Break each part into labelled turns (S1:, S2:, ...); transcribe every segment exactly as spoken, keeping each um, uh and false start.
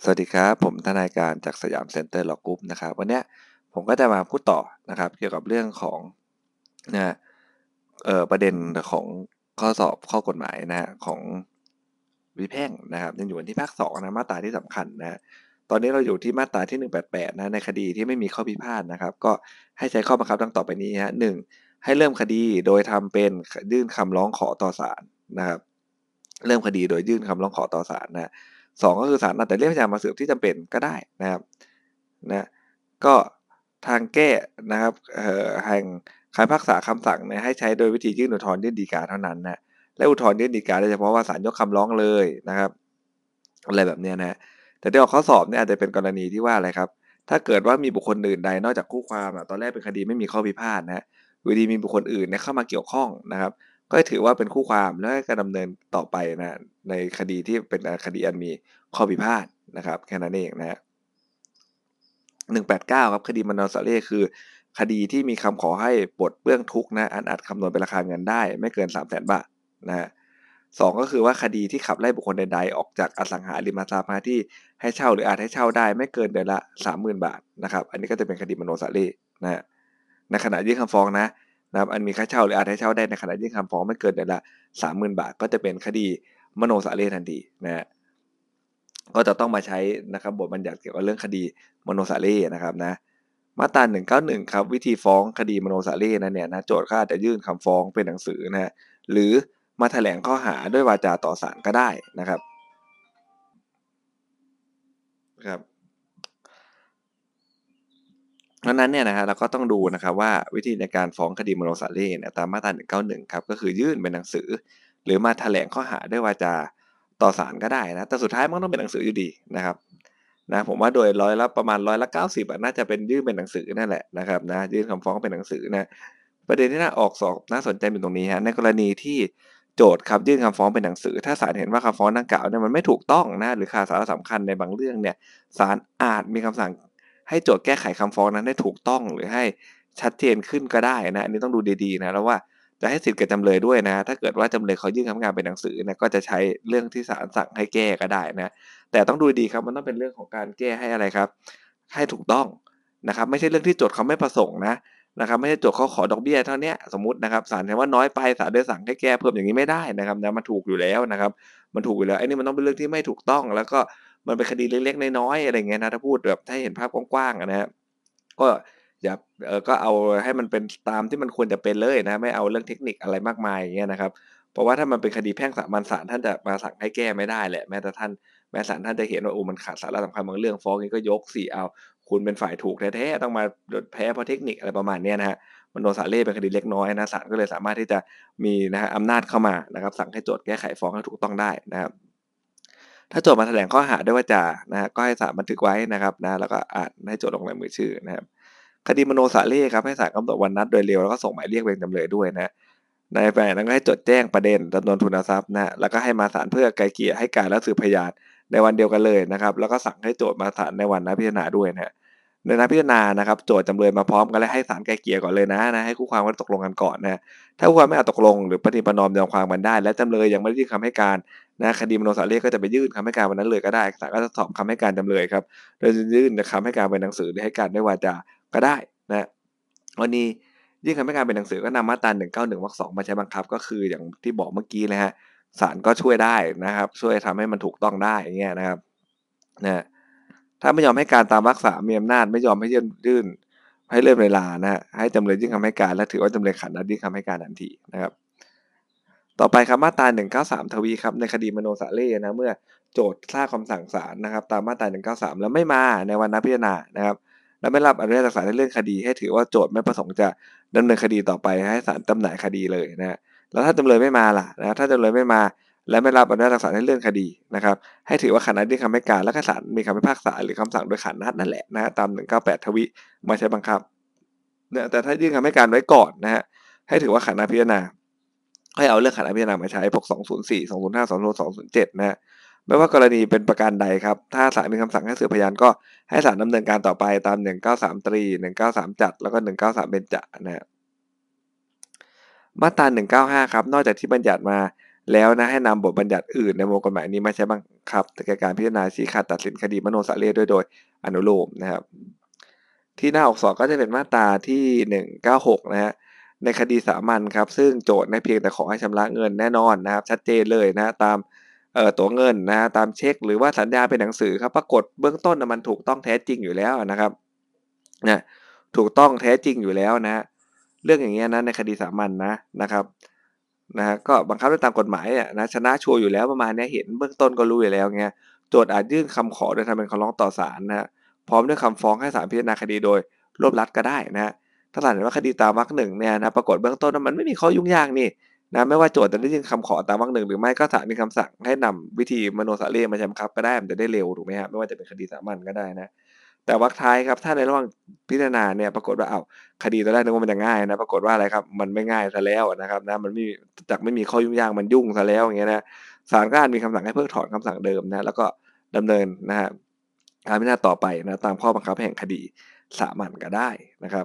S1: สวัสดีครับผมทนายการจากสยามเซ็นเตอร์ลอกรุ๊ปนะครับวันเนี้ยผมก็จะมาพูดต่อนะครับเกี่ยวกับเรื่องของนะเอ่อประเด็นของข้อสอบข้อกฎหมายนะฮะของวิแพ่งนะครับยังอยู่ที่ภาคสองนะมาตราที่สำคัญนะตอนนี้เราอยู่ที่มาตราที่หนึ่งแปดแปดนะในคดีที่ไม่มีข้อพิพาทนะครับก็ให้ใช้ข้อบังคับดังต่อไปนี้ฮะหนึ่งให้เริ่มคดีโดยทำเป็นยื่นคำร้องขอต่อศาลนะครับเริ่มคดีโดยยื่นคำร้องขอต่อศาลนะ สองก็คือศาลอาจจะเรียกพยานมาสืบที่จำเป็นก็ได้นะครับนะก็ทางแก้นะครับเอ่อแห่งคำพิพากษาคำสั่งเนี่ยให้ใช้โดยวิธียื่นอุทธรณ์ยื่นฎีกาเท่านั้นนะและอุทธรณ์ยื่นฎีกาโดยเฉพาะว่าศาลยกคำร้องเลยนะครับอะไรแบบเนี้ยนะแต่ที่ออกข้อสอบเนี่ยอาจจะเป็นกรณีที่ว่าอะไรครับถ้าเกิดว่ามีบุคคลอื่นใดนอกจากคู่ความอ่ะตอนแรกเป็นคดีไม่มีข้อพิพาทนะฮะอยู่ดีมีบุคคลอื่นเนี่ยเข้ามาเกี่ยวข้องนะครับก็ถือว่าเป็นคู่ความและการดำเนินต่อไปนะในคดีที่เป็นคดีอันมีข้อพิพาทนะครับแค่นั้นเองนะฮะหนึ่งแปดเก้าครับคดีมานอสาเล่คือคดีที่มีคำขอให้ปลดเปลื้องทุกข์นะอันอาจคำนวณเป็นราคาเงินได้ไม่เกินสามแสนบาทนะฮะสองก็คือว่าคดีที่ขับไล่บุคคลใดๆออกจากอสังหาริมทรัพย์ที่ให้เช่าหรืออาจให้เช่าได้ไม่เกินเดือนละสามหมื่นบาทนะครับอันนี้ก็จะเป็นคดีมโนสาเล่นะฮะในขณะยื่นคำฟ้องนะนะครับอันมีค่าเช่าหรืออาจให้เช่าได้ในขณะยื่นคำฟ้องไม่เกินเดือนละสามหมื่นบาทก็จะเป็นคดีมโนสาเล่ทันทีนะฮะ ก็จะต้องมาใช้นะครับบทบัญญัติเกี่ยวกับเรื่องคดีมโนสาเล่นะครับนะมาตราหนึ่งเก้าหนึ่งครับวิธีฟ้องคดีมโนสาเล่นั้นเนี่ยนะโจทก์ก็อาจจะยื่นคำฟ้องเป็นหนังสือนะฮะหรือมาแถลงข้อหาด้วยวาจาต่อศาลก็ได้นะครับครับเพราะนั้นเนี่ยนะฮะเราก็ต้องดูนะครับว่าวิธีในการฟ้องคดีมโนสาเล่เนี่ยตามมาตราหนึ่งเก้าหนึ่งครับก็คือยื่นเป็นหนังสือหรือมาแถลงข้อหาด้วยวาจาต่อศาลก็ได้นะแต่สุดท้ายมันต้องเป็นหนังสืออยู่ดีนะครับ นะผมว่าโดยร้อยละประมาณร้อยละเก้าสิบน่าจะเป็นยื่นเป็นหนังสือนั่นแหละนะครับนะยื่นคำฟ้องเป็นหนังสือนะประเด็นที่น่าออกสอบน่าสนใจเป็นตรงนี้ฮะในกรณีที่โจทก์ครับยื่นคำฟ้องเป็นหนังสือถ้าศาลเห็นว่าคำฟ้องดังกล่าวเนี่ยมันไม่ถูกต้องนะหรือขาดสาระสำคัญในบางเรื่องเนี่ยศาลอาจมีคำสั่งให้โจทก์แก้ไขคำฟ้องนั้นให้ถูกต้องหรือให้ชัดเจนขึ้นก็ได้นะอันนี้ต้องดูดีๆนะแล้วว่าจะให้สิทธิ์กับจำเลยด้วยนะถ้าเกิดว่าจำเลยเขายื่นคำงานเป็นหนังสือเนี่ยก็จะใช้เรื่องที่ศาลสั่งให้แก้ก็ได้นะ แต่ต้องดูดีครับมันต้องเป็นเรื่องของการแก้ให้อะไรครับให้ถูกต้องนะครับไม่ใช่เรื่องที่โจทก์เขาไม่ประสงค์นะนะครับไม่ใช่โจทก์เขาขอดอกเบี้ยเท่านี้สมมุตินะครับศาลเห็นว่าน้อยไปศาลเลยสั่งให้แก้เพิ่มอย่างนี้ไม่ได้นะครับนะมันถูกอยู่แล้วนะครับมันถูกอยู่แล้วไอ้นี่มันต้องเป็นเรื่องที่ไม่ถูกต้องแล้วก็มันเป็นคดีเล็กๆน้อยๆอะไรอย่างเงี้ยนะถ้าพูดแบบให้เห็นภาพกว้างๆอะนะครับก็อย่าเอ่อก็เอาให้มันเป็นตามที่มันควรจะเป็นเลยนะไม่เอาเรื่องเทคนิคอะไรมากมายอย่างเงี้ยนะครับเพราะว่าถ้ามันเป็นคดีแพ่งสามัญศาลท่านจะมาสั่งให้แก้ไม่ได้แหละแม้แต่ท่าน แม้ศาลท่านจะเห็นว่าโอ้มันขาดสาระสำคัญบางเรื่องฟ้องนี้ก็ยกสิเอาคุณเป็นฝ่ายถูกแท้ๆต้องมาแพ้เพราะเทคนิคอะไรประมาณนี้นะฮะมันโดนศาลเล่เป็นคดีเล็กน้อยนะศาลก็เลยสามารถที่จะมีนะฮะอำนาจเข้ามานะครับสั่งให้โจทก์แก้ไขฟ้องให้ถูกต้องได้นะครับถ้าโจทก์มาแถลงข้อหาด้วยวาจานะฮะก็ให้ศาลบันทึกไว้นะครับนะแล้วก็อ่านให้โจทก์ลงลายมือชื่อนะครับคดีมโนสาเล่ครับให้ศาลกำหนดวันนัดโดยเร็วแล้วก็ส่งหมายเรียกเป็นจำเลยด้วยนะในแผนนั้นก็ให้จดแจ้งประเด็นจำนวนทุนทรัพย์นะแล้วก็ให้มาศาลเพื่อไกลเกลี่ยให้การและสืบพยาน ในวันเดียวกันเลยนะครับแล้วก็สั่งให้โจทก์มาศาลในวันนัดพิจารณาด้วยนะในนัดพิจารณานะครับโจทก์จำเลยมาพร้อมกันและให้ศาลไกลเกลี่ยก่อนเลยนะนะให้คู่ความกันตกลงกันก่อนนะถ้าคู่ความไม่อาจตกลงหรือปฏิประนอมยอมความกันได้และจำเลยยังไม่ได้ยื่นคำให้การนะคดีมโนสาเรก็จะไปยื่นคำให้การวันนั้นเลยก็ได้ศาลก็จะสอบคำให้การจำเลยครับโดยจะยื่นคำให้การเป็นหนังสือหรือให้การด้วยวาจาก็ได้นะวันนี้ยื่นคำให้การเป็นหนังสือก็นำมาตราหนึ่งเก้าหนึ่งวรรคสองมาใช้บังคับก็คืออย่างที่บอกเมื่อกี้เลยฮะศาลก็ช่วยได้นะครับช่วยทำให้มันถูกต้องได้อย่างเงี้ยนะครับ นะถ้าไม่ยอมให้การตามวรรคสามมีอำนาจไม่ยอมให้ยื่นยื่นให้เลื่อนเวลานะฮะให้จำเลยยื่นคำให้การและถือว่าจำเลยขัดนัดยื่นคำให้การทันทีนะครับต่อไปครับมาตราหนึ่งเก้าสามทวีครับในคดีมโนสาเล่นะเมื่อโจทก์ทราบคำสั่งศาลนะครับตามมาตราหนึ่งเก้าสามแล้วไม่มาในวันนัดพิจารณานะครับและไม่รับอนุญาตจากศาลให้เลื่อนคดีให้ถือว่าโจทก์ไม่ประสงค์จะดำเนินคดีต่อไปให้ศาลจำหน่ายคดีเลยนะฮะแล้วถ้าจำเลยไม่มาล่ะนะถ้าจำเลยไม่มาและไม่รับอนุญาตจากศาลให้เลื่อนคดีนะครับ ให้ถือว่าขัดนัดยื่นคำให้การและศาลมีคำพิพากษาหรือคำสั่งโดยขัดนัดนั่นแหละนะฮะตามหนึ่งเก้าแปดทวีมาใช้บังคับเนี่ยแต่ถ้ายื่นคำให้การไว้ก่อนนะฮะให้ถือว่าขัดนัดพิจารณาให้เอาเรื่องขัดนัดพิจารณามาใช้พวกสองศูนย์สี่ สองศูนย์ห้า สองศูนย์ สองศูนย์เจ็ดนะฮะไม่ว่ากรณีเป็นประการใดครับถ้าศาลมีคำสั่งให้สืบพยานก็ให้ศาลดำเนินการต่อไปตามหนึ่งเก้าสามตรีหนึ่งเก้าสามจัดแล้วก็หนึ่งเก้าสามเบญจนะฮะ มาตราหนึ่งเก้าห้าครับนอกจากที่บัญญัติมาแล้วนะให้นำบทบัญญัติอื่นในวงกฎหมายนี้มาใช้บังคับแก่การพิจารณาชี้ขาดตัดสินคดีมโนสาเร่ด้วยโดยอนุโลมนะครับที่หน้าหกสิบสองก็จะเป็นมาตราที่หนึ่งร้อยเก้าสิบหกนะฮะในคดีสามัญครับซึ่งโจทย์ในเพียงแต่ขอให้ชำระเงินแน่นอนนะครับชัดเจนเลยนะตามเอ่อตั๋วเงินนะตามเช็คหรือว่าสัญญาเป็นหนังสือครับปรากฏเบื้องต้นมันถูกต้องแท้จริงอยู่แล้วนะครับนะถูกต้องแท้จริงอยู่แล้วนะเรื่องอย่างเงี้ยนะในคดีสามัญนะนะครับนะฮะก็บังคับได้ตามกฎหมายอ่ะนะชนะชัวร์อยู่แล้วประมาณนี้เห็นเบื้องต้นก็รู้อยู่แล้วเงี้ยโจทก์อาจยื่นคำขอโดยทำเป็นคำร้องต่อศาลนะพร้อมด้วยคำฟ้องให้ศาลพิจารณาคดีโดยรวบรัดก็ได้นะถ้าศาลเห็นว่าคดีตามวรรคหนึ่งเนี่ยนะปรากฏเบื้องต้นว่ามันไม่มีข้อยุ่งยากนี่นะไม่ว่าโจทก์จะได้ยื่นคำขอตามวรรคหนึ่งหรือไม่ก็ศาลมีคำสั่งให้นำวิธีมโนสาเร่มาใช้บังคับก็ได้มันจะได้เร็วถูกไหมครับไม่ว่าจะเป็นคดีสามัญก็ได้นะแต่วรรคท้ายครับถ้าในระหว่างพิจารณาเนี่ยปรากฏว่าอ้าวคดีตอนแรกนึกว่ามันจะง่ายนะปรากฏว่าอะไรครับมันไม่ง่ายซะแล้วนะครับนะมันไม่จากไม่มีข้อยุ่งยากมันยุ่งซะแล้วอย่างเงี้ยนะศาลก็อาจมีคำสั่งให้เพิกถอนคำสั่งเดิมนะแล้วก็ดำเนินนะฮะการพิจารณาต่อไปนะตามข้อบังคับแห่งคดีสามัญก็ได้นะครับ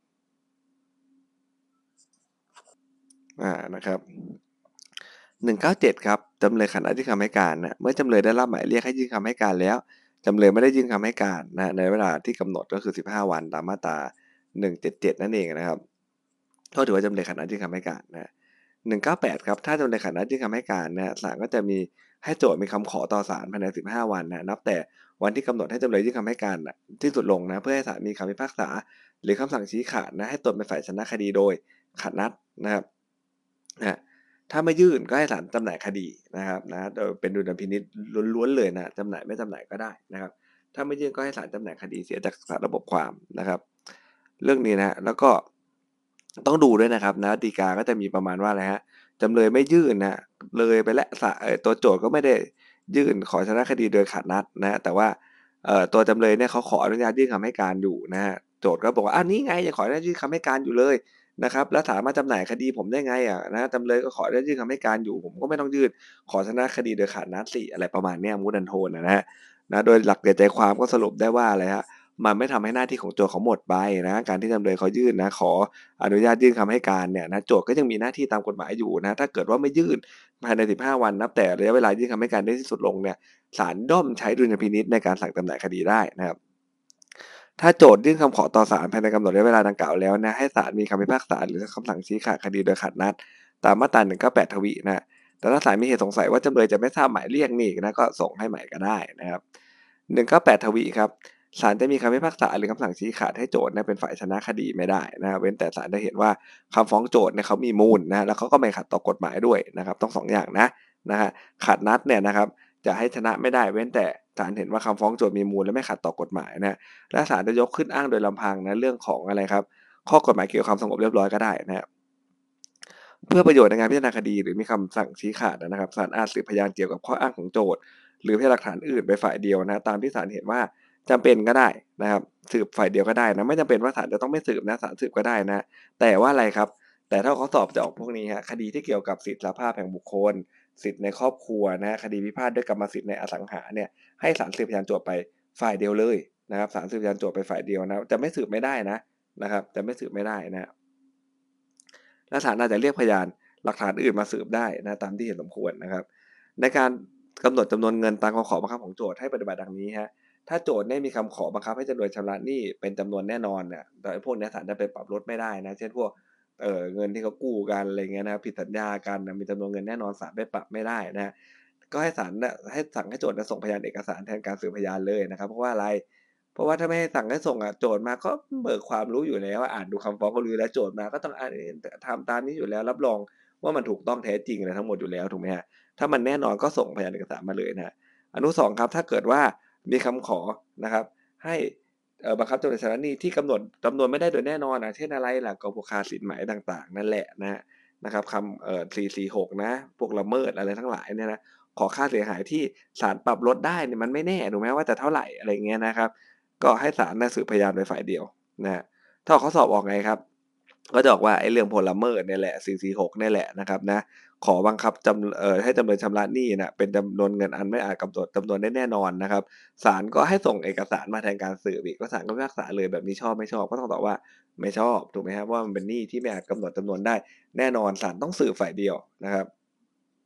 S1: อ่านะครับหนึ่งร้อยเก้าสิบเจ็ดครับจำเลยขัดอยื่นคำให้การนะเมื่อจำเลยได้รับหมายเรียกให้ยื่นคำให้การแล้วจำเลยไม่ได้ยื่นคำให้การนะในเวลาที่กำหนดก็คือสิบห้าวันตามมาตราหนึ่งร้อยเจ็ดสิบเจ็ดนั่นเองนะครับก็ถือว่าจำเลยขัดยื่นคำให้การนะหนึ่งร้อยเก้าสิบแปดครับถ้าจำเลยขัดยื่นคำให้การนะศาลก็จะมีให้โจทก์มีคำขอต่อศาลภายในสิบห้าวันนะนับแต่วันที่กำหนดให้จำเลยยื่นคำให้การนะที่สุดลงนะเพื่อให้ศาลมีคำพิพากษาหรือคำสั่งชี้ขาดนะให้ตนเป็นฝ่ายชนะคดีโดยขัดนัดนะครับนะถ้าไม่ยื่นก็ให้ศาลจำหน่ายคดีนะครับนะโดยเป็นดุลพินิจล้วนๆเลยนะจำหน่ายไม่จำหน่ายก็ได้นะครับถ้าไม่ยื่นก็ให้ศาลจำหน่ายคดีเสียจากสารระบบความนะครับเรื่องนี้นะแล้วก็ต้องดูด้วยนะครับนะฎีกาก็จะมีประมาณว่าอะไรฮะจำเลยไม่ยื่นนะเลยไปแล้วเอ่อตัวโจทก์ก็ไม่ได้ยื่นขอชนะคดีโดยขัดนัดนะแต่ว่าเอ่อตัวจำเลยเนี่ยเขาขออนุญาตยื่นคำให้การอยู่นะฮะโจทก์ก็บอกว่าอ้าวนี่ไงยังขออนุญาตยื่นคำให้การอยู่เลยนะครับแล้วสามารถจำหน่ายคดีผมได้ไงอ่ะนะจำเลยก็ขออนุญาตยื่นคำให้การอยู่ผมก็ไม่ต้องยื่นขอชนะคดีโดยขัดนัดสิอะไรประมาณเนี้ยมูดันโทนนะฮะนะโดยหลักใจความก็สรุปได้ว่าอะไรฮะมันไม่ทำให้หน้าที่ของโจทก์เขาหมดไปนะการที่จำเลยเขายื่นนะขออนุญาตยื่นคำให้การเนี่ยนะโจทก์ก็ยังมีหน้าที่ตามกฎหมายอยู่นะถ้าเกิดว่าไม่ยื่นภายในสิบห้าวันนับแต่ระยะเวลายื่นคำให้การได้ที่สุดลงเนี่ยศาลย่อมใช้ดุลยพินิจในการสั่งจำหน่ายคดีได้นะครับถ้าโจทก์ยื่นคำขอต่อศาลภายในกำหนดระยะเวลาดังกล่าวแล้วนะให้ศาลมีคำพิพากษาหรือคำสั่งชี้ขาดคดีโดยขัดนัดตามมาตราหนึ่งร้อยเก้าสิบแปดทวีนะแต่ถ้าศาลมีเหตุสงสัยว่าจำเลยจะไม่ทราบหมายเรียกนี่นะก็ส่งให้ใหม่ก็ได้นะครับหนึ่งร้อยเก้าสิบแปดทวีครับศาลจะมีคำพิพากษาหรือคำสั่งชี้ขาดให้โจทก์เป็นฝ่ายชนะคดีไม่ได้นะเว้นแต่ศาลจะเห็นว่าคำฟ้องโจทก์เนี่ยเขามีมูลนะแล้วเขาก็ไม่ขัดต่อกฎหมายด้วยนะครับต้องสองอย่างนะนะฮะขัดนัดเนี่ยนะครับจะให้ชนะไม่ได้เว้นแต่ศาลเห็นว่าคำฟ้องโจทก์มีมูลและไม่ขัดต่อกฎหมายนะและศาลจะยกขึ้นอ้างโดยลำพังนะเรื่องของอะไรครับข้อกฎหมายเกี่ยวกับความสงบเรียบร้อยก็ได้นะครับเพื่อประโยชน์ในงานพิจารณาคดีหรือมีคำสั่งชี้ขาดนะครับศาลอาจสืบพยานเกี่ยวกับข้ออ้างของโจทก์หรือพยานหลักฐานอื่นไปฝ่ายเดียวนะตามที่ศาลเห็นว่าจำเป็นก็ได้นะครับสืบฝ่ายเดียวก็ได้นะไม่จำเป็นว่าศาลจะต้องไม่สืบนะศาลสืบก็ได้นะแต่ว่าอะไรครับแต่ถ้าเขาสอบจะออกพวกนี้ฮะคดีที่เกี่ยวกับสิทธิสภาพแห่งบุคคลสิทธิในครอบครัวนะคดีพิพาทด้วยกรรมสิทธิ์ในอสังหาเนี่ยให้ศาลสืบพยานโจทก์ไปฝ่ายเดียวเลยนะครับศาลสืบพยานโจทก์ไปฝ่ายเดียวนะจะไม่สืบไม่ได้นะนะครับจะไม่สืบไม่ได้นะและศาลอาจจะเรียกพยานหลักฐานอื่นมาสืบได้นะตามที่เห็นสมควรนะครับในการกำหนดจำนวนเงินตามคำขอบังคับของโจทก์ให้ปฏิบัติดังนี้ฮะถ้าโจทก์ได้มีคำขอบังคับให้จำเลยชำระหนี้เป็นจำนวนแน่นอนเนี่ยแต่พวกนี้ศาลจะไปปรับลดไม่ได้นะเช่นพวกเอ่อเงินที่เขากู้กันอะไรเงี้ยนะผิดสัญญากันมีจำนวนเงินแน่นอนศาลไปปรับไม่ได้นะก็ให้ศาลเนี่ยให้สั่งให้โจทก์ส่งพยานเอกสารแทนการสืบพยานเลยนะครับเพราะว่าอะไรเพราะว่าถ้าไม่ให้สั่งให้ส่งอ่ะโจทก์มาก็เบิกความรู้อยู่แล้วอ่านดูคำฟ้องก็รู้แล้วโจทก์มาก็ต้องอ่านทำตามนี้อยู่แล้วรับรองว่ามันถูกต้องแท้จริงอะไรทั้งหมดอยู่แล้วถูกไหมฮะถ้ามันแน่นอนก็ส่งพยานเอกสารมาเลยนะอนุสองครับถ้าเกิดว่ามีคำขอนะครับให้บังคับจำเลยชำระหนี้ที่กำหนดจำนวนไม่ได้โดยแน่นอนนะเช่นอะไรล่ะกพคสินไหมต่างๆนั่นแหละนะนะครับคำเอ่อสี่สี่หกนะพวกละเมิดอะไรทั้งหลายเนี่ยนะขอค่าเสียหายที่ศาลปรับลดได้เนี่ยมันไม่แน่ถูกไหมว่าจะเท่าไหร่อะไรเงี้ยนะครับก็ให้ศาลน่ะสืบพยานโดยฝ่ายเดียวนะถ้าเขาสอบออกไงครับก็จะบอกว่าไอ้เรื่องผลละเมิดเนี่ยแหละสี่สี่หกเนี่ยแหละนะครับนะขอบังคับจำเอ่อให้จำเลยชำระหนี้นะเป็นจำนวนเงินอันไม่อาจกำหนดจำนวนได้แน่นอนนะครับศาลก็ให้ส่งเอกสารมาแทนการสืบอีกก็ศาลก็พิพากษาเลยแบบนี้ชอบไม่ชอบก็ต้องตอบว่าไม่ชอบถูกไหมครับว่ามันเป็นหนี้ที่ไม่อาจกำหนดจำนวนได้แน่นอนศาลต้องสืบฝ่ายเดียวนะครับ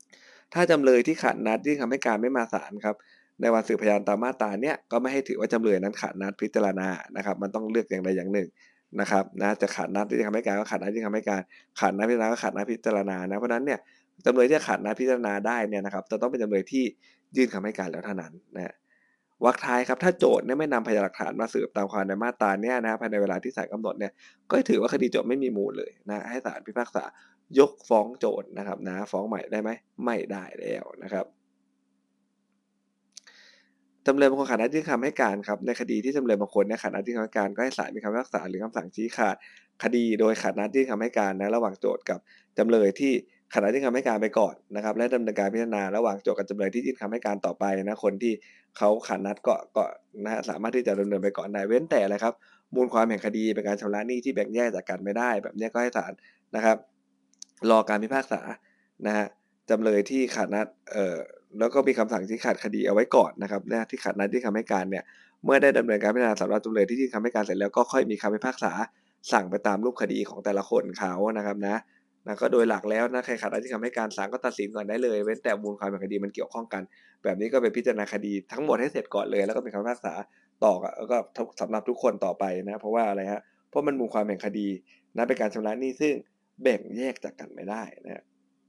S1: ถ้าจำเลยที่ขาดนัดยื่นคำให้การไม่มาศาลครับในวันสืบพยานตามมาตราเนี่ยก็ไม่ให้ถือว่าจำเลยนั้นขาดนัดพิจารณานะครับมันต้องเลือกอย่างใดอย่างหนึ่งนะครับนะจะขาดนัดยื่นคำให้การก็ขาดนัดยื่นคำให้การขาดนัดพิจารณาก็ขาดนัดพิจารณานะเพราะฉะนั้นเนี่ยจำเลยที่จะขาดนัดพิจารณาได้เนี่ยนะครับจะต้องเป็นจำเลยที่ยื่นคำให้การแล้วเท่านั้นนะวรรคท้ายครับถ้าโจทก์เนี่ยไม่นำพยานหลักฐานมาสืบตามความในมาตราเนี่ยนะภายในเวลาที่ศาลกำหนดเนี่ยก็ถือว่าคดีโจทก์ไม่มีมูลเลยนะให้ศาลพิพากษายกฟ้องโจทก์นะครับนะฟ้องใหม่ได้ไหมไม่ได้แล้วนะครับจำเลยบางคนขาดนัดยื่นคำให้การครับในคดีที่จำเลยบางคนเนี่ยขาดนัดยื่นคำให้การก็ให้ศาลมีคำพิพากษาหรือคำสั่งชี้ขาดคดีโดยขาดนัดยื่นคำให้การนะระหว่างโจทก์กับจำเลยที่ขาดนัดยื่นคำให้การไปก่อนนะครับและดำเนินการพิจารณาระหว่างโจทก์กับจำเลยที่ยื่นคำให้การต่อไปนะคนที่เขาขาดนัดก็ก็นะฮะสามารถที่จะดำเนินไปก่อนได้เว้นแต่อะไรครับมูลความแห่งคดีเป็นการชำระหนี้ที่แบ่งแยกจากกันไม่ได้แบบนี้ก็ให้ศาลนะครับรอการพิพากษานะฮะจำเลยที่ขาดนัดเอ่อแล้วก็มีคำสั่งชี้ขาดคดีเอาไว้ก่อนนะครับนะที่ขาดนัดยื่นคำให้การเนี่ยเมื่อได้ดำเนินการพิจารณาสำหรับจำเลยที่ยื่นคำให้การเสร็จแล้วก็ค่อยมีคำพิพากษาสั่งไปตามรูปคดีของแต่ละคนเขานะครับนะนะก็โดยหลักแล้วนะใครขาดนัดยื่นคำให้การศาลก็ตัดสินก่อนได้เลยเว้นแต่มูลความแห่งคดีมันเกี่ยวข้องกันแบบนี้ก็ไปพิจารณาคดีทั้งหมดให้เสร็จก่อนเลยแล้วก็มีคำพิพากษาต่อแล้วก็สำหรับทุกคนต่อไปนะเพราะว่าอะไรฮะเพราะมันมูลความแห่งคดีนะเป็นการชำระหนี้ซึ่งแบ่งแยกจากกันไม่ได้นะ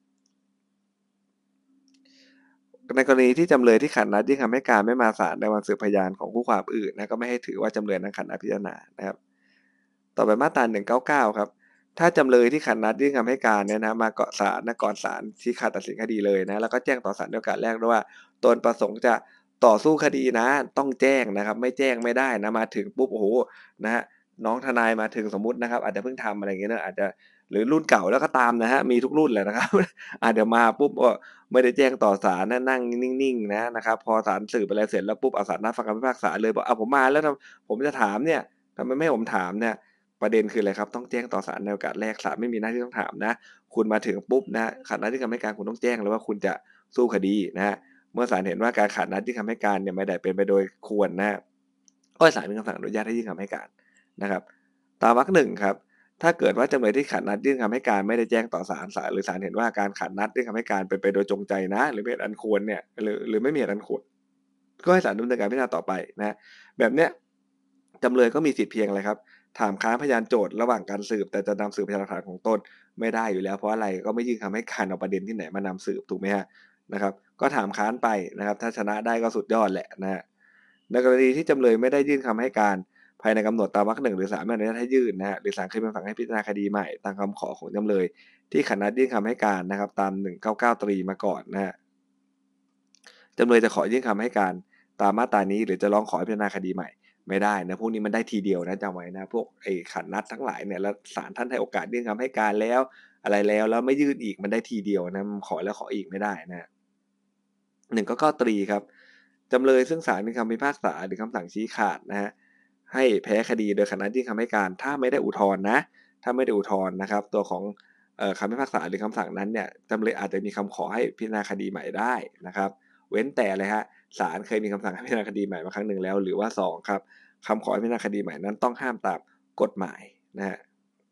S1: ในกรณีที่จำเลยที่ขาดนัดยื่นคำให้การไม่มาศาลในวันสืบพยานของคู่ความอื่นนะก็ไม่ให้ถือว่าจำเลยนั้นขาดนัดพิจารณานะครับต่อไปมาตราหนึ่งร้อยเก้าสิบเก้าครับถ้าจำเลยที่ขาดนัดยื่นคำให้การเนี่ยนะมาเกาะศาลนะก่อนศาลชี้ขาดตัดสินคดีเลยนะแล้วก็แจ้งต่อศาลในโอกาสแรกด้วยว่าตนประสงค์จะต่อสู้คดีนะต้องแจ้งนะครับไม่แจ้งไม่ได้นะมาถึงปุ๊บโอ้โหนะฮะน้องทนายมาถึงสมมุตินะครับอาจจะเพิ่งทำอะไรอย่างเงี้ยนะอาจจะหรือรุ่นเก่าแล้วก็ตามนะฮะมีทุกรุ่นแหละนะครับ อาจจะมาปุ๊บก็ไม่ได้แจ้งต่อศาลนะนั่งนิ่งๆนะนะครับพอศาลสืบอะไรเสร็จแล้วปุ๊บเอาศาลนัดฟังคำพิพากษาเลยบอกเอาผมมาแล้วทำผมจะถามเนี่ยทำไมไม่ให้ผมถามเนี่ยประเด็นคืออะไรครับต้องแจ้งต่อศาลในโอกาสแรกศาลไม่มีหน้าที่ต้องถามนะคุณมาถึงปุ๊บนะขาดนัดที่คำให้การคุณต้องแจ้งเลยว่าคุณจะสู้คดีนะฮะเมื่อศาลเห็นว่าการขาดนัดที่คำให้การเนี่ยไม่ได้เป็นไปโดยควรนะก็ศาลมีคำสั่งอนุญาตให้ยื่นคำให้การนะครับตามวรรคหนึ่งครับ ถ้าเกิดว่าจำเลยที่ขาดนัดยื่นคำให้การไม่ได้แจ้งต่อศาลศาลหรือศาลเห็นว่าการขาดนัดยื่นคำให้การเป็นไปโดยจงใจนะหรือเป็นเหตุอันควรเนี่ยหรือหรือไม่มีเหตุอันควรก็ให้ศาลดำเนินการพิจารณาต่อไปนะแบบเนี้ยจำเลยก็มีสิทธิเพียงอะไรครับถามค้านพยานโจทย์ระหว่างการสืบแต่จะนำสืบพยานหลักฐานของตนไม่ได้อยู่แล้วเพราะอะไรก็ไม่ยื่นคำให้การเอาประเด็นที่ไหนมานำสืบถูกไหมฮะนะครับก็ถามค้านไปนะครับถ้าชนะได้ก็สุดยอดแหละนะฮะในกรณีที่จำเลยไม่ได้ยื่นคำให้การ ภายในกำหนดตามวรรคหนึ่งหรือสามไม่อนุญาตให้ยื่นนะฮะหรือศาลเคยมีคำสั่งให้พิจารณาคดีใหม่ตามคำขอของจำเลยที่ขัดนัดยื่นคำให้การนะครับตามหนึ่งร้อยเก้าสิบเก้าตรีมาก่อนนะฮะจำเลยจะขอยื่นคำให้การตามมาตรานี้หรือจะร้องขอให้พิจารณาคดีใหม่ไม่ได้นะพวกนี้มันได้ทีเดียวนะจำไว้นะพวกไอ้ขัดนัดทั้งหลายเนี่ยแล้วศาลท่านให้โอกาสยื่นคำให้การแล้วอะไรแล้วแล้วไม่ยื่นอีกมันได้ทีเดียวนะขอแล้วขออีกไม่ได้นะหนึ่งก็เก้าตรีครับจำเลยซึ่งศาลมีคำพิพากษาหรือคำสั่งชี้ขาดนะฮะ ให้แพ้คดีโดยขณะที่คำให้การถ้าไม่ได้อุทธรณ์นะถ้าไม่ได้อุทธรณ์นะครับตัวของคำพิพากษาหรือคำสั่งนั้นเนี่ยจำเลยอาจจะมีคำขอให้พิจารณาคดีใหม่ได้นะครับเว้นแต่เลยฮะศาลเคยมีคำสั่งให้พิจารณาคดีใหม่มาครั้งหนึ่งแล้วหรือว่าสองครับคำขอให้พิจารณาคดีใหม่นั้นต้องห้ามตามกฎหมายนะฮะ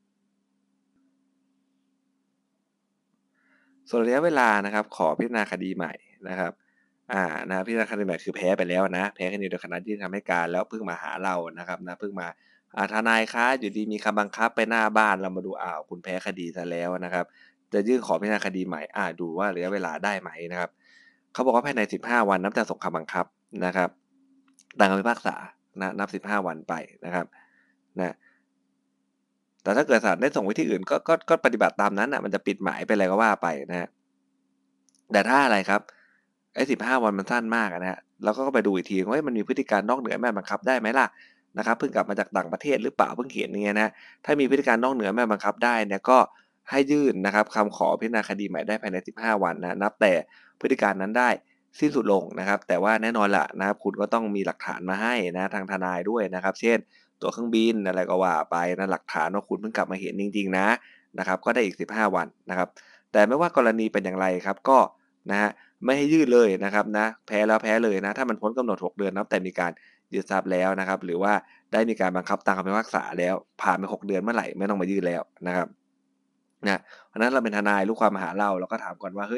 S1: ส่วนระยะเวลานะครับขอพิจารณาคดีใหม่นะครับอ่านะพิจารณาคดีใหม่คือแพ้ไปแล้วนะแพ้คดีโดยคณะที่ทำให้การแล้วเพิ่งมาหาเรานะครับนะเพิ่งมาอ่าทนายคะอยู่ดีมีคำบังคับไปหน้าบ้านเรามาดูอ้าวคุณแพ้คดีซะแล้วนะครับจะยื่นขอพิจารณาคดีใหม่อ่าดูว่าระยะเวลาได้ไหมนะครับเขาบอกว่าภายในสิบห้าวันนับจากส่งคำบังคับนะครับตามคำพิพากษานะนับสิบห้าวันไปนะครับนะแต่ถ้าเกิดศาลได้ส่งไปที่อื่นก็ก็ก็ปฏิบัติตามนั้นอ่ะมันจะปิดหมายไปอะไรก็ว่าไปนะฮะ แต่ถ้าอะไรครับไอ้สิบห้าวันมันสั้นมากอะนะฮะเราก็ไปดูอีกทีว่าเฮ้ยมันมีพฤติการนอกเหนืออำนาจบังคับได้ไหมล่ะนะครับเพิ่งกลับมาจากต่างประเทศหรือเปล่าเพิ่งเห็นอย่างเงี้ยนะถ้ามีพฤติการนอกเหนืออำนาจบังคับได้เนี่ยก็ให้ยื่นนะครับคำขอพิจารณาคดีใหม่ได้ภายในสิบห้าวันนะนับแต่พฤติการนั้นได้สิ้นสุดลงนะครับแต่ว่าแน่นอนล่ะนะครับคุณก็ต้องมีหลักฐานมาให้นะทางทนายด้วยนะครับเช่นตั๋วเครื่องบินอะไรก็ว่าไปนะหลักฐานว่าคุณเพิ่งกลับมาเห็นจริงๆนะนะครับก็ได้อีกสิบห้าวันนะครับแต่ไม่ว่ากรณีเป็นอย่างไรครับก็นะฮะ ไม่ให้ยืดเลยนะครับนะแพ้แล้วแพ้เลยนะถ้ามันพ้นกำหนดหกเดือนนับแต่มีการยึดทรัพย์แล้วนะครับหรือว่าได้มีการบังคับตามคำพิพากษาแล้วผ่านไปหกเดือนเมื่อไหร่ไม่ต้องมายื่นแล้วนะครับนะเพราะนั้นเราเป็นทนายรู้ความมาหาเราเราก็ถามก่อนว่าเฮ้ยไ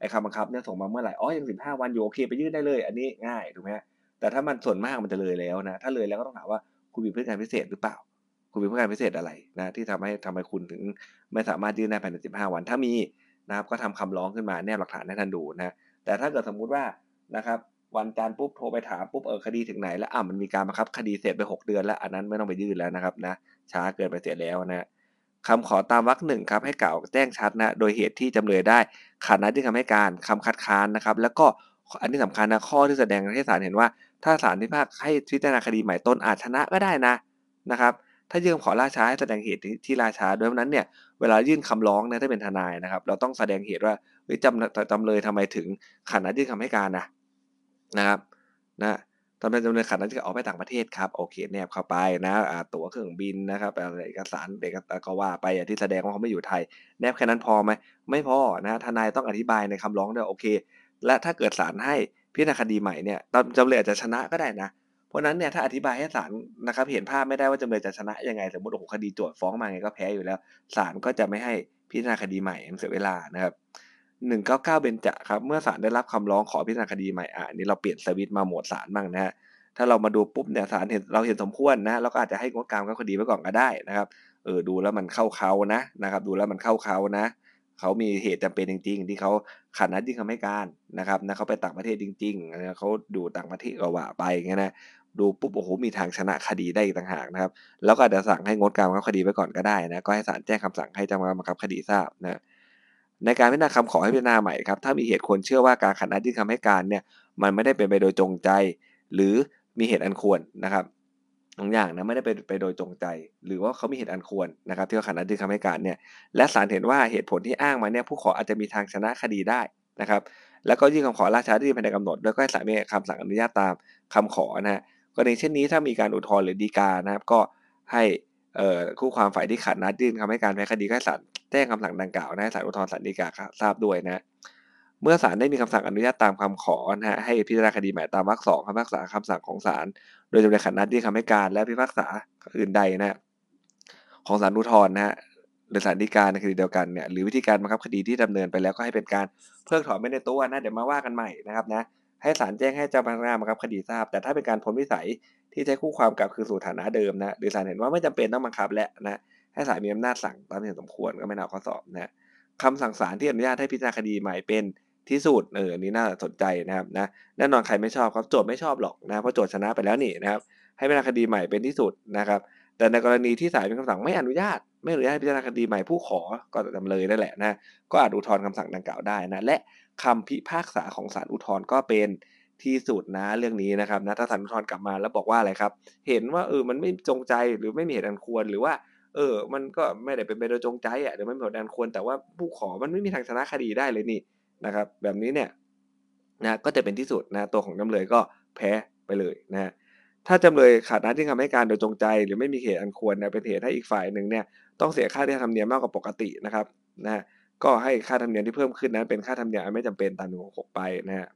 S1: อ้คำบังคับเนี่ยส่งมาเมื่อไหร่อ๋อยังสิบห้าวันอยู่โอเคไปยื่นได้เลยอันนี้ง่ายถูกไหมแต่ถ้ามันส่วนมากมันจะเลยแล้วนะถ้าเลยแล้วก็ต้องถามว่าคุณมีพฤติการพิเศษหรือเปล่าคุณมีพฤติการพิเศษอะไรนะที่ทำให้ทำให้คุณถึงไม่สามารถยื่นได้ภายในสิบห้าวันถ้ามีนะครับก็ทำคำร้องขึ้นมาแนบหลักฐานให้ท่านดูนะแต่ถ้าเกิดสมมุติว่านะครับวันจันทร์ปุ๊บโทรไปถามปุ๊บเออคดีถึงไหนแล้วอ่ะมันมีการบังคับคดีเสร็จไปหกเดือนแล้วอันนั้นไม่ต้องไปยื่นแล้วนะครับนะช้าเกินไปเสียแล้วนะคำขอตามวรรคหนึ่งครับให้กล่าวแจ้งชัดนะโดยเหตุที่จำเลยได้ขาดนัดที่คำให้การคำคัดค้านนะครับแล้วก็อันที่สำคัญนะข้อที่แสดงให้ศาลเห็นว่าถ้าศาลพิพากษาให้พิจารณาคดีใหม่ตนอาจชนะก็ได้นะนะครับถ้ายื่นขอล่าช้าให้แสดงเหตุที่ล่าช้าด้วยเพราะนั้นเนี่ยเวลายื่นคำร้องเนี่ยถ้าเป็นทนายนะครับเราต้องแสดงเหตุว่าเฮ้ยจำจำเลยทำไมถึงขาดนัดยื่นคำให้การนะนะครับนะตอนเป็นจำเลยขาดนัดที่ออกไปต่างประเทศครับโอเคแนบเข้าไปนะอ่าตั๋วเครื่องบินนะครับอะไรเอกสารเอกสารก็ว่าไปที่แสดงว่าเขาไม่อยู่ไทยแนบแค่นั้นพอไหมไม่พอนะทนายต้องอธิบายในคำร้องด้วยโอเคและถ้าเกิดศาลให้พิจารณาคดีใหม่เนี่ยตอนจำเลยอาจจะชนะก็ได้นะเพราะนั้นเนี่ยถ้าอธิบายให้ศาลนะครับเห็นภาพไม่ได้ว่าจำเลยจะชนะยังไงสมมติโอ้โหคดีโจทก์ฟ้องมาไงก็แพ้อยู่แล้วศาลก็จะไม่ให้พิจารณาคดีใหม่มันเสียเวลานะครับหนึ่งเก้าเก้าเบญจครับเมื่อศาลได้รับคำร้องขอพิจารณาคดีใหม่อ่านี้เราเปลี่ยนสวิตช์มาโหมดศาลบ้างนะฮะถ้าเรามาดูปุ๊บเนี่ยศาลเห็นเราเห็นสมควรนะเราก็อาจจะให้งดการบังคับคดีไว้ก่อนก็ได้นะครับเออดูแล้วมันเข้าเขานะนะครับดูแล้วมันเข้าเขานะเขามีเหตุจำเป็นจริงๆที่เขาขาดนัดยื่นคำให้การนะครับนะเขาไปต่างประเทศจริงๆนะเขาดูต่างประเทศก็ว่าไปอย่างเงี้ยนะดูปุ๊บโอ้โหมีทางชนะคดีได้อีกต่างหากนะครับแล้วก็อาจจะสั่งให้งดการบังคับคดีไว้ก่อนก็ได้นะก็ให้ศาลแจ้งคำสั่งให้เจ้าพนักงานบังคับคดีทราบนะในการพิจารณาคำขอให้พิจารณาใหม่ครับถ้ามีเหตุควรเชื่อว่าการขัดนัดยื่นคำให้การเนี่ยมันไม่ได้เป็นไปโดยจงใจหรือมีเหตุอันควรนะครับสองอย่างนะไม่ได้เป็นไปโดยจงใจหรือว่าเขามีเหตุอันควรนะครับที่เขาขัดนัดยื่นคำให้การเนี่ยและศาลเห็นว่าเหตุผลที่อ้างมาเนี่ยผู้ขออาจจะมีทางชนะคดีได้นะครับแล้วก็ยื่นคำขอล่าช้าที่ภายในกำหนดโดยก็ให้ศาลมีคำสั่งอนุญาตตามคำขอนะฮะกรณีเช่นนี้ถ้ามีการอุทธรณ์หรือฎีกานะครับก็ให้เอ่อคู่ความฝ่ายที่ขัดนัดยื่นคำให้การแพ้คดีก็ให้ศาลแจ้งคำสั่งดังกล่าวนะให้ศาลอุทธรณ์ศาลฎีกาทราบด้วยนะเมื่อศาลได้มีคำสั่งอนุญาตตามคำขอนะฮะให้พิจารณาคดีใหม่ตามวรรคสองคำพิพากษาคำสั่งของศาลโดยจำเลยขัดนัดยื่นคำให้การและพิพากษาอื่นใดนะฮะของศาลอุทธรณ์นะฮะหรือศาลฎีกาในคดีเดียวกันเนี่ยหรือวิธีการบังคับคดีที่ดำเนินไปแล้วก็ให้เป็นการเพิกถอนไม่ในตัวนะเดี๋ยวมาว่ากันใหม่นะครับนะให้ศาลแจ้งให้เจ้าพนักงานบังคับคดีทราบแต่ถ้าเป็นการพ้นวิสัยที่ใช้คู่ความกลับคืนสู่ฐานะเดิมนะหรือศาลเห็นว่าไม่จำเป็นต้องบังคับและนะให้ศาลมีอำนาจสั่งตามที่เห็นสมควรก็ไม่น่าข้อสอบนะคำสั่งศาลที่อนุญาตให้พิจารณาคดีใหม่เป็นที่สุดเอออันนี้น่าสนใจนะครับนะแน่นอนใครไม่ชอบครับโจทย์ไม่ชอบหรอกนะเพราะโจทย์ชนะไปแล้วนี่นะครับให้พิจารณาคดีใหม่เป็นที่สุดนะครับแต่ในกรณีที่ศาลมีคำสั่งไม่อนุญาตไม่อนุญาตให้พิจารณาคดีใหม่ผู้ขอก็จำเลยนั่นแหละนะก็อาจอุทธรณ์คำสั่งดังกล่าวได้นะและคำพิพากษาของศาลอุทธรณ์ก็เป็นที่สุดนะเรื่องนี้นะครับนะถ้าศาลอุทธรณ์กลับมาแล้วบอกว่าอะไรครับเห็นว่าเออมันไม่จงใจหรือไม่มีเหตุอันควรหรือว่าเออมันก็ไม่ได้เป็นไปโดยจงใจอ่ะหรือไม่มีเหตุอันควรแต่ว่าผู้ขอมันไม่มีทางชนะคดีได้เลยนี่นะครับแบบนี้เนี่ยนะก็จะเป็นที่สุดนะตัวของจำเลยก็แพ้ไปเลยนะฮะถ้าจำเลยขาดนัดที่คำให้การโดยจงใจหรือไม่มีเหตุอันควรนะเป็นเหตุให้อีกฝ่ายหนึ่งเนี่ยต้องเสียค่าธรรมเนียมมากกว่าปกตินะครับนะก็ให้ค่าธรรมเนียมที่เพิ่มขึ้นนั้นเป็นค่าธรรมเนียมอันไม่จำเป็นตามหนึ่งหกหกไปนะฮะ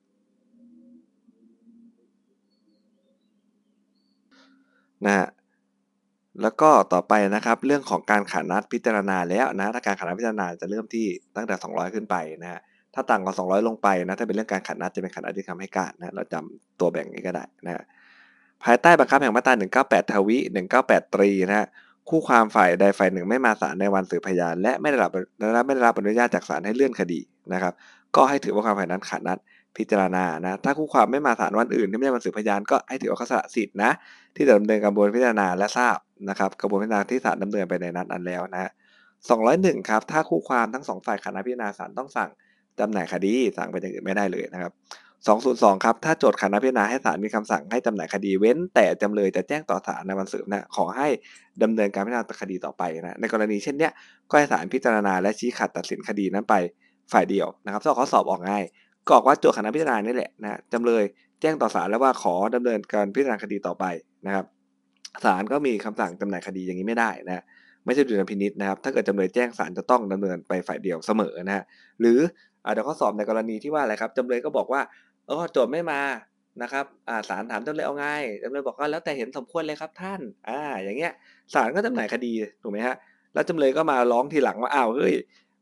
S1: นะฮะแล้วก็ต่อไปนะครับเรื่องของการขานนัดพิจารณาแล้วนะถ้าการขานนัดพิจารณาจะเริ่มที่ตั้งแต่สองร้อยขึ้นไปนะฮะถ้าต่ำกว่าสองร้อยลงไปนะถ้าเป็นเรื่องการขานนัดจะเป็นขานนัดที่คำให้การนะเราจำตัวแบ่งนี้ก็ได้นะฮะภายใต้บังคับแห่งมาตราหนึ่งเก้าแปดทวีหนึ่งเก้าแปดตรีนะฮะคู่ความฝ่ายใดฝ่ายหนึ่งไม่มาศาลในวันสืบพยานและไม่ได้รับและไม่ได้รับอนุญาตจากศาลให้เลื่อนคดีนะครับก็ให้ถือว่าความฝ่ายนั้นขาดนัดพิจารณานะถ้าคู่ความไม่มาศาลวันอื่นที่ไม่ใช่วันสืบพยานก็ให้ถือว่าเขาสละสิทธินะ ที่จะดำเนินกระบวนพิจารณาและทราบนะครับกระบวนพิจารณาที่ศาลดำเนินไปในนัดนั้นแล้วนะฮะสองร้อยเอ็ดครับถ้าคู่ความทั้งสองฝ่ายขัดนัดพิจารณาศาลต้องสั่งจำหน่ายคดีสั่งไปอย่างอื่นไม่ได้เลยนะครับสองร้อยสองครับถ้าโจทก์ขัดนัดพิจารณาให้ศาลมีคำสั่งให้จำหน่ายคดีเว้นแต่จำเลยจะแจ้งต่อศาลในวันสืบนะขอให้ดำเนินการพิจารณาคดีต่อไปนะในกรณีเช่นเนี้ยก็ให้ศาลพิจารณาและชี้ขาดตัดสินคดีนั้นไปฝ่ายเดียวนะครับถ้าข้อสอบออกง่ายก็บอกว่าโจทก์ขัดนัดพิจารณานี่แหละนะจำเลยแจ้งต่อศาลแล้วว่าขอดำเนินการพิจารณาคดีต่อไปนะครับ ศาลก็มีคำสั่งจำหน่ายคดีอย่างนี้ไม่ได้นะไม่ใช่ดุลยพินิจนะครับถ้าเกิดจำเลยแจ้งศาลจะต้องดำเนินไปฝ่ายเดียวเสมอนะฮะหรืออ่าเดี๋ยวข้อสอบในกรณีที่ว่าอะไรครับจำเลยก็บอกว่าเออโจทย์ไม่มานะครับอ่าศาลถามจำเลยเอาไงจำเลยบอกว่าแล้วแต่เห็นสมควรเลยครับท่านอ่าอย่างเงี้ยศาลก็จำหน่ายคดีถูกไหมฮะแล้วจำเลยก็มาร้องทีหลังว่าอ้าวเฮ้ย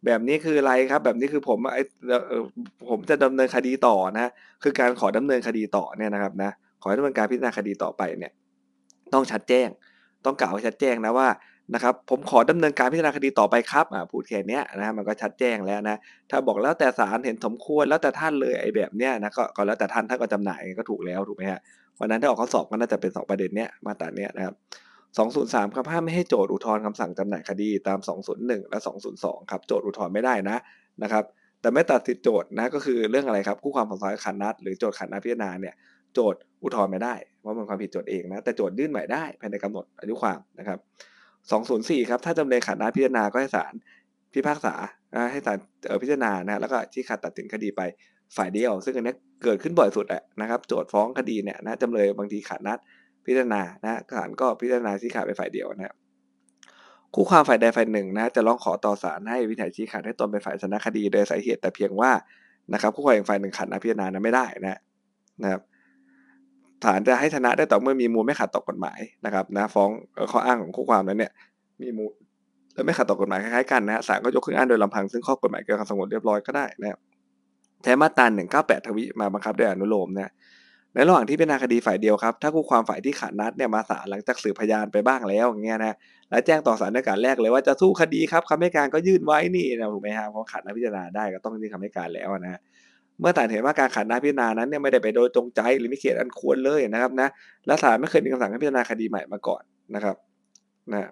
S1: แบบนี้คืออะไรครับแบบนี้คือผมไอ้เอ่อผมจะดำเนินคดีต่อนะคือการขอดำเนินคดีต่อเนี่ยนะครับนะขอให้ดำเนินการพิจารณาคดีต่อไปเนี่ยต้องชัดแจ้งต้องกล่าวให้ชัดแจ้งนะว่านะครับผมขอดำเนินการพิจารณาคดีต่อไปครับอ่าพูดแค่เนี้ยนะมันก็ชัดแจ้งแล้วนะถ้าบอกแล้วแต่ศาลเห็นสมควรแล้วแต่ท่านเลยไอ้แบบเนี้ยนะก็ก็แล้วแต่ท่านท่านก็จำหน่ายก็ถูกแล้วถูกไหมฮะวันนั้นถ้าออกข้อสอบก็น่าจะเป็นสองประเด็นเนี้ยมาตราเนี้ยนะครับสองศูนย์สามครับห้ามไม่ให้โจทก์อุทธรณ์คำสั่งจำหน่ายคดีตามสองศูนย์หนึ่งและสองศูนย์สองครับโจทก์อุทธรณ์ไม่ได้นะนะครับแต่ไม่ตัดสิทธิโจทก์นะก็คือเรื่องอะไรครับคู่ความสงสัยขัดนัดหรือโจทก์ขัดนัดพิจารณาเนี่ยโจทก์อุทธรณ์ไม่ได้เพราะมันความผิดโจทก์เองนะแต่โจทก์ยื่นใหม่ได้ภายในกำหนดอายุความนะครับสองศูนย์สี่ครับถ้าจำเลยขัดนัดพิจารณาก็ให้ศาลพิพากษาให้ศาลพิจารณานะแล้วก็ชี้ขาดตัดสินคดีไปฝ่ายเดียวซึ่งอันนี้เกิดขึ้นบ่อยสุดแหละนะครับโจทก์ฟ้องคดีเนี่ยนะจำเลยบางทีขัดนัดพิจารณานะศาลก็พิจารณาชี้ขาดไปฝ่ายเดียวนะคู่ความฝ่ายใดฝ่ายหนึ่งนะจะร้องขอต่อศาลให้วินิจฉัยชี้ขาดให้ตนเป็นฝ่ายชนะคดีโดยสาเหตุแต่เพียงว่านะครับคู่ความอีกฝ่ายหนึ่งขัดนัดพิจารณานั้นไม่ได้นะนะครับศาลจะให้ชนะได้ต่อเมื่อมีมูลไม่ขัดต่อกฎหมายนะครับนะฟ้องข้ออ้างของคู่ความนั้นเนี่ยมีมูลและไม่ขัดต่อกฎหมายคล้ายๆกันนะศาลก็ยกขึ้นอ้างโดยลำพังซึ่งข้อกฎหมายเกี่ยวกับความสงบเรียบร้อยก็ได้นะใช้มาตราหนึ่งเก้าแปดทวีมาบังคับโดยอนุโลมนะในระหว่างที่พิจารณาคดีฝ่ายเดียวครับถ้าคู่ความฝ่ายที่ขัดนัดเนี่ยมาศาลหลังจากสืบพยานไปบ้างแล้วอย่างเงี้ยนะและแจ้งต่อศาลในการแรกเลยว่าจะสู้คดีครับคำให้การก็ยื่นไว้นี่นะถูกไหมฮะเพราะขัดนัดพิจารณาได้ก็ต้องยื่นคำให้การแล้วนะเมื่อศาลเห็นว่าการขัดนัดพิจารณานั้นเนี่ยไม่ได้ไปโดยจงใจหรือมีเหตุอันควรเลยนะครับนะและศาลไม่เคยมีคำสั่งให้พิจารณาคดีใหม่มาก่อนนะครับนะ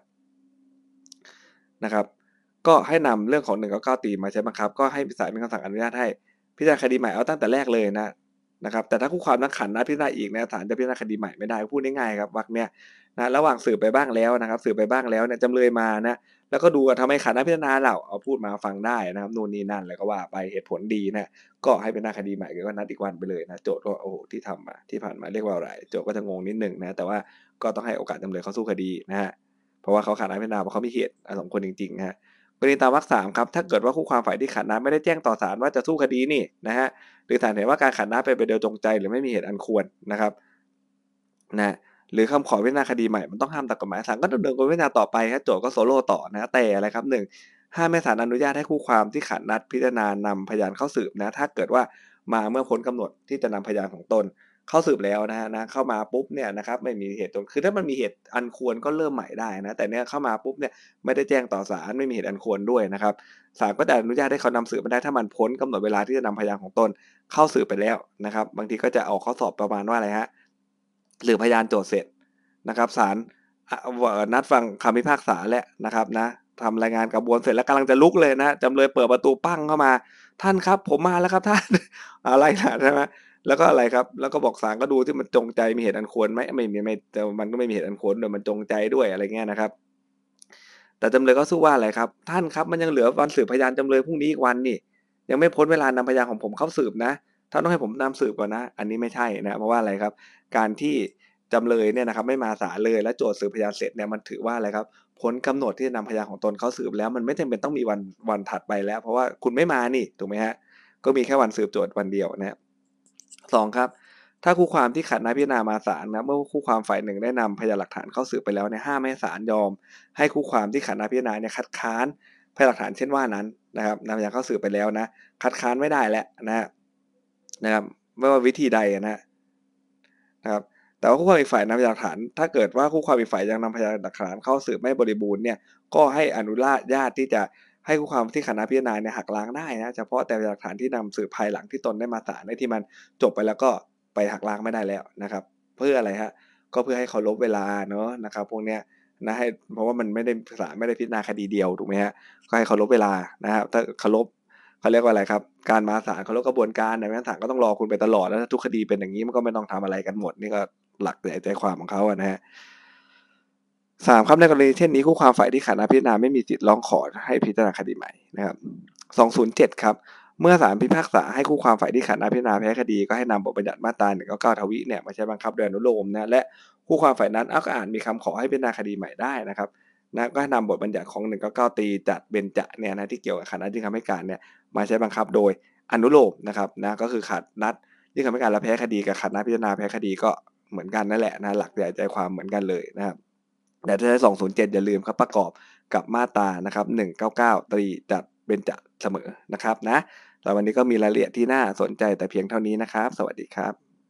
S1: นะครับก็ให้นำเรื่องของหนึ่งเก้าเก้าตีมาใช้บังคับก็ให้ศาลมีคำสั่งอนุญาตให้พิจารณาคดีใหม่เอาตั้งแต่แรกเลยนะนะครับแต่ถ้าคู่ความนักขันนัดพิจารณาอีกนะศาลจะพิจารณาคดีใหม่ไม่ได้พูดง่ายๆครับวรรคเนี่ยนะระหว่างสืบไปบ้างแล้วนะครับสืบไปบ้างแล้วเนี่ยจำเลยมานะแล้วก็ดูว่าทำไมขันนัดพิจารณาเราเอาพูดมาฟังได้นะครับนู่นนี่นั่นแล้วก็ว่าไปเหตุผลดีนะก็ให้เป็นหน้าคดีใหม่ก็นัดอีกวันไปเลยนะโจทก์ก็โอ้โหที่ทำมาที่ผ่านมาเรียกว่าอะไรโจทก์ก็จะงงนิดหนึ่งนะแต่ว่าก็ต้องให้โอกาสจำเลยเขาสู้คดีนะฮะเพราะว่าเขาขัดนัดพิจารณาเพราะเขามีเหตุสมควรจริงๆนะฮะกรณีตามวรรคสามครับถ้าเกิดว่าคู่ความฝ่ายที่ขัดนัดไม่ได้แจ้งต่อศาลว่าจะสู้คดีนี่นะฮะหรือศาลเห็นว่าการขัดนัดเป็นไปโดยจงใจหรือไม่มีเหตุอันควรนะครับนะหรือคำขอพิจารณาคดีใหม่มันต้องห้ามตามกฎหมายศาลก็ดำเนินการพิจารณาต่อไปครับโจทก์ก็โซโล่ต่อนะแต่อะไรครับหนึ่งห้ามให้ศาลอนุญาตให้คู่ความที่ขัดนัดพิจารณานำพยานเข้าสืบนะถ้าเกิดว่ามาเมื่อพ้นกำหนดที่จะนำพยานของตนเข้าสืบแล้วนะฮะนะเข้ามาปุ๊บเนี่ยนะครับไม่มีเหตุจงคือถ้ามันมีเหตุอันควรก็เริ่มใหม่ได้นะแต่เนี้ยเข้ามาปุ๊บเนี่ยไม่ได้แจ้งต่อศาลไม่มีเหตุอันควรด้วยนะครับศาลก็จะอนุญาตให้เขานำสืบมาได้ถ้ามันพ้นกำหนดเวลาที่จะนำพยานของตนเข้าสืบไปแล้วนะครับบางทีก็จะออกข้อสอบประมาณว่าอะไรฮะหรือพยานโจทย์เสร็จนะครับศาลนัดฟังคำพิพากษาแล้วนะครับนะทำรายงานกระบวนเสร็จแล้วกำลังจะลุกเลยนะจำเลยเปิดประตูปั้งเข้ามาท่านครับผมมาแล้วครับท่าน อะไรนะใช่ไหมแล้วก็อะไรครับแล้วก็บอกศาลก็ดูที่มันจงใจมีเหตุอันควรไหมไม่มีไม่แต่มันก็ไม่มีเหตุอันควรโดยมันจงใจด้วยอะไรเงี้ยนะครับแต่จำเลยก็สู้ว่าอะไรครับท่านครับมันยังเหลือวันสืบพยานจำเลยพรุ่งนี้อีกวันนี่ยังไม่พ้นเวลานำพยานของผมเข้าสืบนะท่านต้องให้ผมนำสืบก่อนนะอันนี้ไม่ใช่นะเพราะว่าอะไรครับการที่จำเลยเนี่ยนะครับไม่มาศาลเลยและโจทก์สืบพยานเสร็จเนี่ยมันถือว่าอะไรครับพ้นกำหนดที่จะนำพยานของตนเข้าสืบแล้วมันไม่จำเป็นต้องมีวันวันถัดไปแล้วเพราะว่าคุณไม่มานี่ถูกไหมฮะก็มีแค่วันสืบโจทก์วันเดียวนะสองครับถ้าคู่ความที่ขัดนัดพิจารณามาศาลนะเมื่อคู่ความฝ่ายหนึ่งได้นำพยานหลักฐานเข้าสืบไปแล้วเนี่ยห้ามให้ศาลยอมให้คู่ความที่ขัดนัดพิจารณาเนี่ยคัดค้านพยานหลักฐานเช่นว่านั้นนะครับนำพยานเข้าสืบไปแล้วนะคัดค้านไม่ได้แล้วนะนะครับไม่ว่าวิธีใดนะนะครับแต่ว่าคู่ความอีกฝ่ายนำพยานหลักฐานถ้าเกิดว่าคู่ความอีกฝ่ายยังนำพยานหลักฐานเข้าสืบไม่บริบูรณ์เนี่ยก็ให้อนุญาตที่จะให้คู่ความที่ขัดนัดพิจารณาเนี่ยหักล้างได้นะเฉพาะแต่พยานหลักฐานที่นำสืบภายหลังที่ตนได้มาศาลในที่มันจบไปแล้วก็ไปหักล้างไม่ได้แล้วนะครับเพื่ออะไรฮะก็เพื่อให้เคารพเวลาเนาะนะครับพวกเนี้ยนะให้เพราะว่ามันไม่ได้ศาลไม่ได้พิจารณาคดีเดียวถูกไหมฮะก็ให้เคารพเวลานะครับถ้าเคารพเขาเรียกว่าอะไรครับการมาศาลเคารพกระบวนการในศาลก็ต้องรอคุณไปตลอดแล้วถ้าทุกคดีเป็นอย่างนี้มันก็ไม่ต้องทำอะไรกันหมดนี่ก็หลักใหญ่ใจความของเขาอะนะฮะสามครับในกรณีเช่นนี้คู่ความฝ่ายที่ขัดนัดพิจารณาไม่มีสิทธิ์ร้องขอให้พิจารณาคดีใหม่นะครับสองศูนย์เจ็ดครับเมื่อศาลพิพากษาให้คู่ความฝ่ายที่ขัดนัดพิจารณาแพ้คดีก็ให้นำบทบัญญัติมาตราหนึ่งเก้าเก้าทวีเนี่ยมาใช้บังคับโดยอนุโลมนะและคู่ความฝ่ายนั้นก็อาจมีคำขอให้พิจารณาคดีใหม่ได้นะครับนะก็ให้นำบทบัญญัติของหนึ่งเก้าเก้าตีจัดเบญจเนี่ยนะที่เกี่ยวกับขัดนัดยื่นคำให้การเนี่ยมาใช้บังคับโดยอนุโลมนะครับนะก็คือขัดนัดยื่นคำให้การแล้วแพ้คดีกับขัดนัดพิจารณาแพ้คดีก็เหมือนกันนั่นแหละนะหลักใหญ่ใจความเหมือนกันเลยนะครับแต่ถ้าใช้สองศูนย์เจ็ดอย่าลืมครับประกอบกับมาตรานะครับหนึ่งเก้าเก้าตรีจัดเบญจเสมอนะครับนะแล้ววันนี้ก็มีรายละเอียดที่น่าสนใจแต่เพียงเท่านี้นะครับสวัสดีครับ